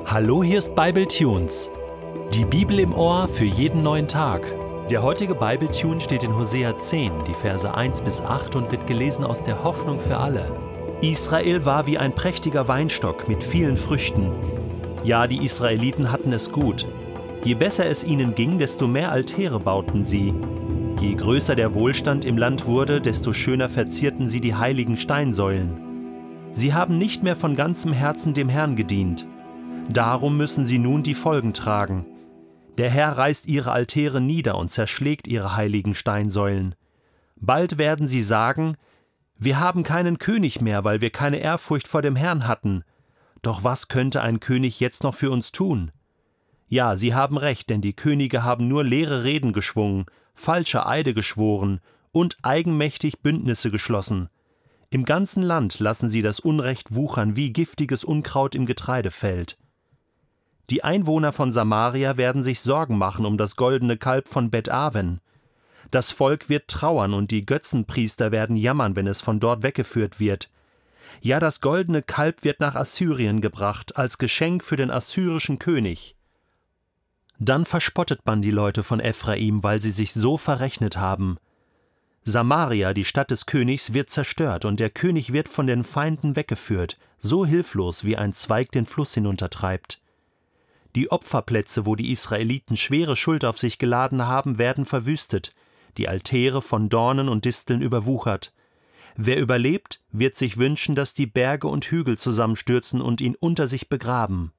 Hallo, hier ist Bibletunes. Die Bibel im Ohr für jeden neuen Tag. Der heutige Bibletune steht in Hosea 10, die Verse 1 bis 8 und wird gelesen aus der Hoffnung für alle. Israel war wie ein prächtiger Weinstock mit vielen Früchten. Ja, die Israeliten hatten es gut. Je besser es ihnen ging, desto mehr Altäre bauten sie. Je größer der Wohlstand im Land wurde, desto schöner verzierten sie die heiligen Steinsäulen. Sie haben nicht mehr von ganzem Herzen dem Herrn gedient. Darum müssen sie nun die Folgen tragen. Der Herr reißt ihre Altäre nieder und zerschlägt ihre heiligen Steinsäulen. Bald werden sie sagen: Wir haben keinen König mehr, weil wir keine Ehrfurcht vor dem Herrn hatten. Doch was könnte ein König jetzt noch für uns tun? Ja, sie haben recht, denn die Könige haben nur leere Reden geschwungen, falsche Eide geschworen und eigenmächtig Bündnisse geschlossen. Im ganzen Land lassen sie das Unrecht wuchern wie giftiges Unkraut im Getreidefeld. Die Einwohner von Samaria werden sich Sorgen machen um das goldene Kalb von Bet-Aven. Das Volk wird trauern und die Götzenpriester werden jammern, wenn es von dort weggeführt wird. Ja, das goldene Kalb wird nach Assyrien gebracht, als Geschenk für den assyrischen König. Dann verspottet man die Leute von Ephraim, weil sie sich so verrechnet haben. Samaria, die Stadt des Königs, wird zerstört und der König wird von den Feinden weggeführt, so hilflos wie ein Zweig den Fluss hinuntertreibt. Die Opferplätze, wo die Israeliten schwere Schuld auf sich geladen haben, werden verwüstet, die Altäre von Dornen und Disteln überwuchert. Wer überlebt, wird sich wünschen, dass die Berge und Hügel zusammenstürzen und ihn unter sich begraben.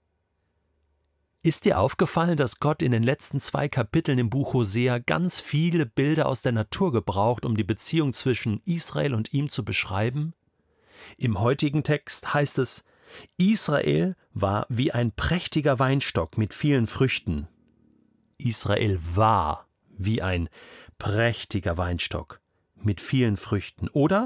Ist dir aufgefallen, dass Gott in den letzten 2 Kapiteln im Buch Hosea ganz viele Bilder aus der Natur gebraucht, um die Beziehung zwischen Israel und ihm zu beschreiben? Im heutigen Text heißt es: Israel war wie ein prächtiger Weinstock mit vielen Früchten. Israel war wie ein prächtiger Weinstock mit vielen Früchten. Oder,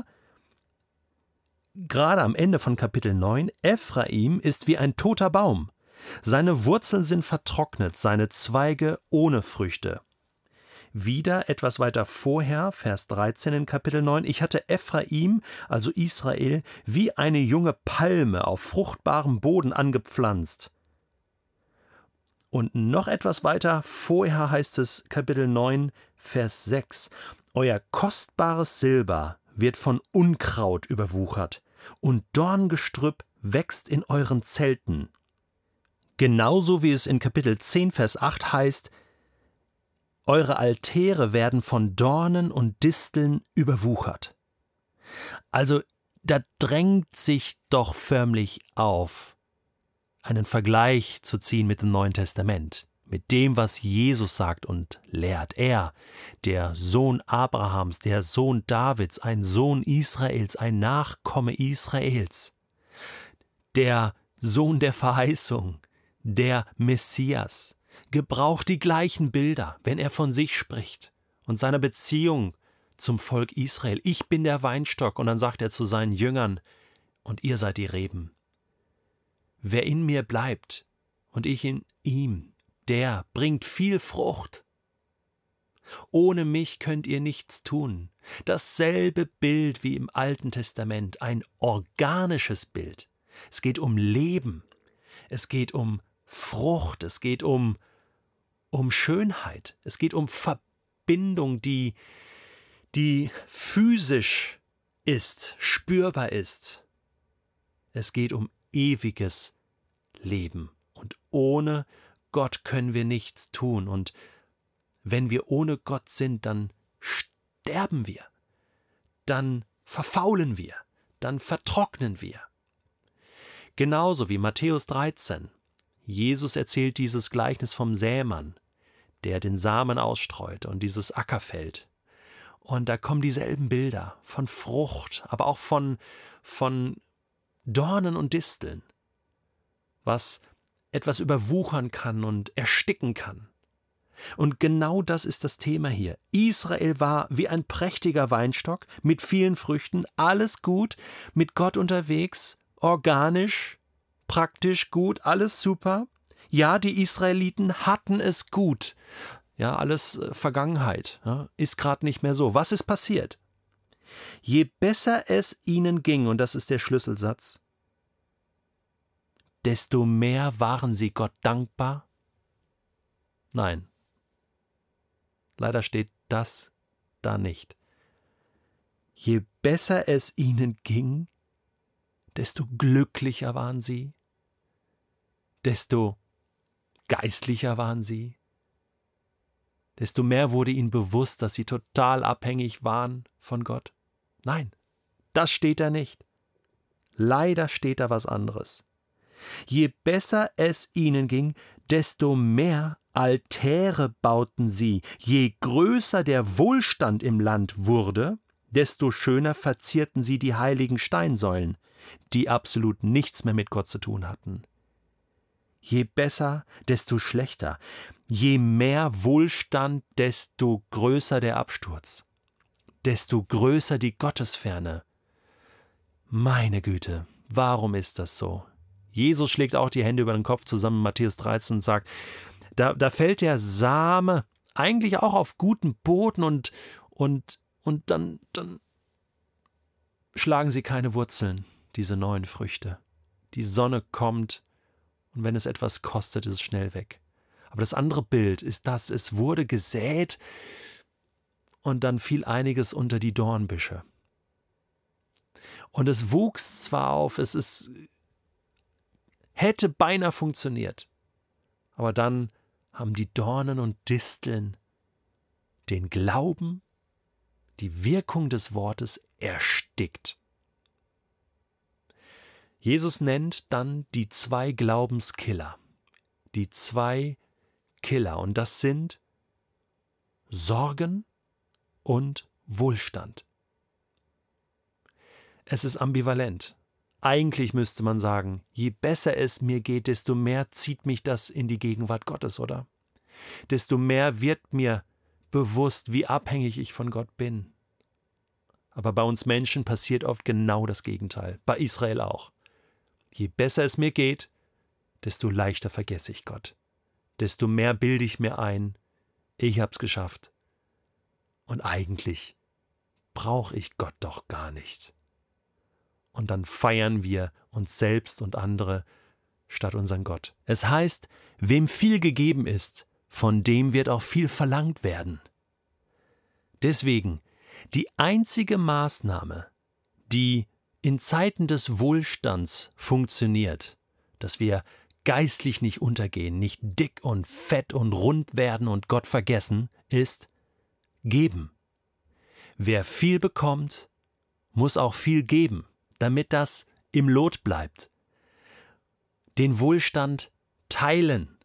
gerade am Ende von Kapitel 9, Ephraim ist wie ein toter Baum. Seine Wurzeln sind vertrocknet, seine Zweige ohne Früchte. Wieder etwas weiter vorher, Vers 13 in Kapitel 9, ich hatte Ephraim, also Israel, wie eine junge Palme auf fruchtbarem Boden angepflanzt. Und noch etwas weiter vorher heißt es, Kapitel 9, Vers 6, euer kostbares Silber wird von Unkraut überwuchert und Dorngestrüpp wächst in euren Zelten. Genauso wie es in Kapitel 10, Vers 8 heißt, eure Altäre werden von Dornen und Disteln überwuchert. Also, da drängt sich doch förmlich auf, einen Vergleich zu ziehen mit dem Neuen Testament, mit dem, was Jesus sagt und lehrt. Er, der Sohn Abrahams, der Sohn Davids, ein Sohn Israels, ein Nachkomme Israels, der Sohn der Verheißung, der Messias, gebraucht die gleichen Bilder, wenn er von sich spricht und seiner Beziehung zum Volk Israel. Ich bin der Weinstock, und dann sagt er zu seinen Jüngern, und ihr seid die Reben. Wer in mir bleibt und ich in ihm, der bringt viel Frucht. Ohne mich könnt ihr nichts tun. Dasselbe Bild wie im Alten Testament, ein organisches Bild. Es geht um Leben, es geht um Frucht, es geht um Schönheit, es geht um Verbindung, die physisch ist, spürbar ist. Es geht um ewiges Leben. Und ohne Gott können wir nichts tun. Und wenn wir ohne Gott sind, dann sterben wir, dann verfaulen wir, dann vertrocknen wir. Genauso wie Matthäus 13. Jesus erzählt dieses Gleichnis vom Sämann, der den Samen ausstreut und dieses Ackerfeld. Und da kommen dieselben Bilder von Frucht, aber auch von Dornen und Disteln, was etwas überwuchern kann und ersticken kann. Und genau das ist das Thema hier. Israel war wie ein prächtiger Weinstock mit vielen Früchten, alles gut, mit Gott unterwegs, organisch, praktisch gut, alles super. Ja, die Israeliten hatten es gut. Ja, alles Vergangenheit. Ja, ist gerade nicht mehr so. Was ist passiert? Je besser es ihnen ging, und das ist der Schlüsselsatz, desto mehr waren sie Gott dankbar? Nein, leider steht das da nicht. Je besser es ihnen ging, desto glücklicher waren sie, desto geistlicher waren sie, desto mehr wurde ihnen bewusst, dass sie total abhängig waren von Gott. Nein, das steht da nicht. Leider steht da was anderes. Je besser es ihnen ging, desto mehr Altäre bauten sie. Je größer der Wohlstand im Land wurde, desto schöner verzierten sie die heiligen Steinsäulen, die absolut nichts mehr mit Gott zu tun hatten. Je besser, desto schlechter. Je mehr Wohlstand, desto größer der Absturz. Desto größer die Gottesferne. Meine Güte, warum ist das so? Jesus schlägt auch die Hände über den Kopf zusammen in Matthäus 13 und sagt, da fällt der Same eigentlich auch auf guten Boden und dann schlagen sie keine Wurzeln, diese neuen Früchte. Die Sonne kommt und wenn es etwas kostet, ist es schnell weg. Aber das andere Bild ist das, es wurde gesät und dann fiel einiges unter die Dornbüsche. Und es wuchs zwar auf, hätte beinahe funktioniert, aber dann haben die Dornen und Disteln den Glauben, die Wirkung des Wortes erstickt. Jesus nennt dann die 2 Glaubenskiller. Die 2 Killer. Und das sind Sorgen und Wohlstand. Es ist ambivalent. Eigentlich müsste man sagen, je besser es mir geht, desto mehr zieht mich das in die Gegenwart Gottes, oder? Desto mehr wird mir bewusst, wie abhängig ich von Gott bin. Aber bei uns Menschen passiert oft genau das Gegenteil. Bei Israel auch. Je besser es mir geht, desto leichter vergesse ich Gott. Desto mehr bilde ich mir ein, ich hab's geschafft. Und eigentlich brauche ich Gott doch gar nicht. Und dann feiern wir uns selbst und andere statt unseren Gott. Es heißt, wem viel gegeben ist, von dem wird auch viel verlangt werden. Deswegen, die einzige Maßnahme, die in Zeiten des Wohlstands funktioniert, dass wir geistlich nicht untergehen, nicht dick und fett und rund werden und Gott vergessen, ist geben. Wer viel bekommt, muss auch viel geben, damit das im Lot bleibt. Den Wohlstand teilen.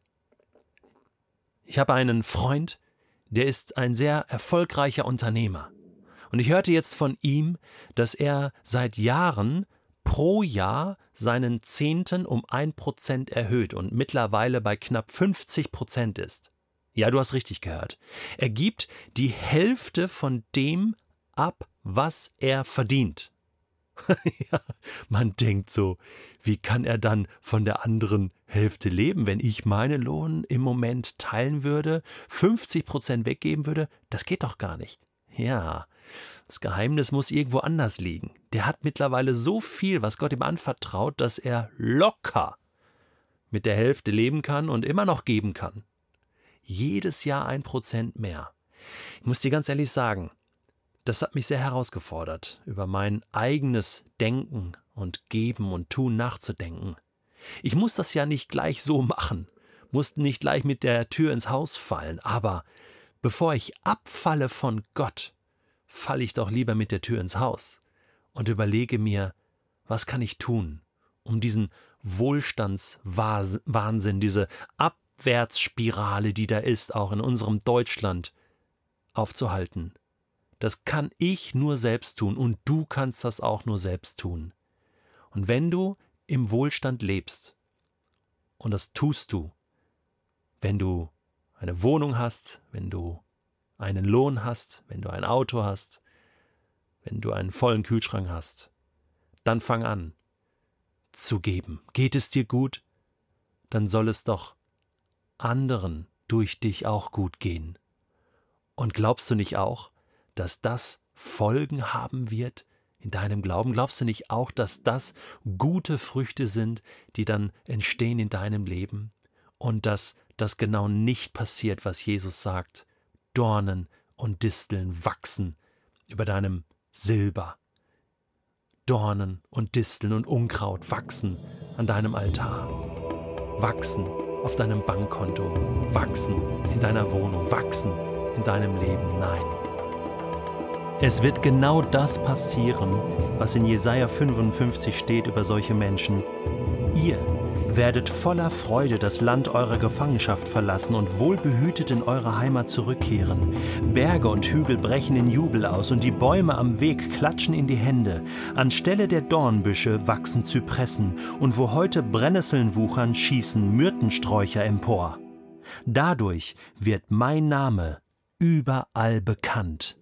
Ich habe einen Freund, der ist ein sehr erfolgreicher Unternehmer. Und ich hörte jetzt von ihm, dass er seit Jahren pro Jahr seinen Zehnten um 1% erhöht und mittlerweile bei knapp 50% ist. Ja, du hast richtig gehört. Er gibt die Hälfte von dem ab, was er verdient. Ja, man denkt so, wie kann er dann von der anderen Hälfte leben, wenn ich meinen Lohn im Moment teilen würde, 50% weggeben würde? Das geht doch gar nicht. Ja, das Geheimnis muss irgendwo anders liegen. Der hat mittlerweile so viel, was Gott ihm anvertraut, dass er locker mit der Hälfte leben kann und immer noch geben kann. Jedes Jahr 1% mehr. Ich muss dir ganz ehrlich sagen, das hat mich sehr herausgefordert, über mein eigenes Denken und Geben und Tun nachzudenken. Ich muss das ja nicht gleich so machen, muss nicht gleich mit der Tür ins Haus fallen, aber bevor ich abfalle von Gott, falle ich doch lieber mit der Tür ins Haus und überlege mir, was kann ich tun, um diesen Wohlstandswahnsinn, diese Abwärtsspirale, die da ist, auch in unserem Deutschland, aufzuhalten. Das kann ich nur selbst tun und du kannst das auch nur selbst tun. Und wenn du im Wohlstand lebst, und das tust du, wenn du eine Wohnung hast, wenn du einen Lohn hast, wenn du ein Auto hast, wenn du einen vollen Kühlschrank hast, dann fang an zu geben. Geht es dir gut, dann soll es doch anderen durch dich auch gut gehen. Und glaubst du nicht auch, dass das Folgen haben wird in deinem Glauben? Glaubst du nicht auch, dass das gute Früchte sind, die dann entstehen in deinem Leben? Und dass das genau nicht passiert, was Jesus sagt. Dornen und Disteln wachsen über deinem Silber. Dornen und Disteln und Unkraut wachsen an deinem Altar. Wachsen auf deinem Bankkonto. Wachsen in deiner Wohnung. Wachsen in deinem Leben. Nein. Es wird genau das passieren, was in Jesaja 55 steht über solche Menschen. Ihr werdet voller Freude das Land eurer Gefangenschaft verlassen und wohlbehütet in eure Heimat zurückkehren. Berge und Hügel brechen in Jubel aus und die Bäume am Weg klatschen in die Hände. Anstelle der Dornbüsche wachsen Zypressen und wo heute Brennnesseln wuchern, schießen Myrtensträucher empor. Dadurch wird mein Name überall bekannt.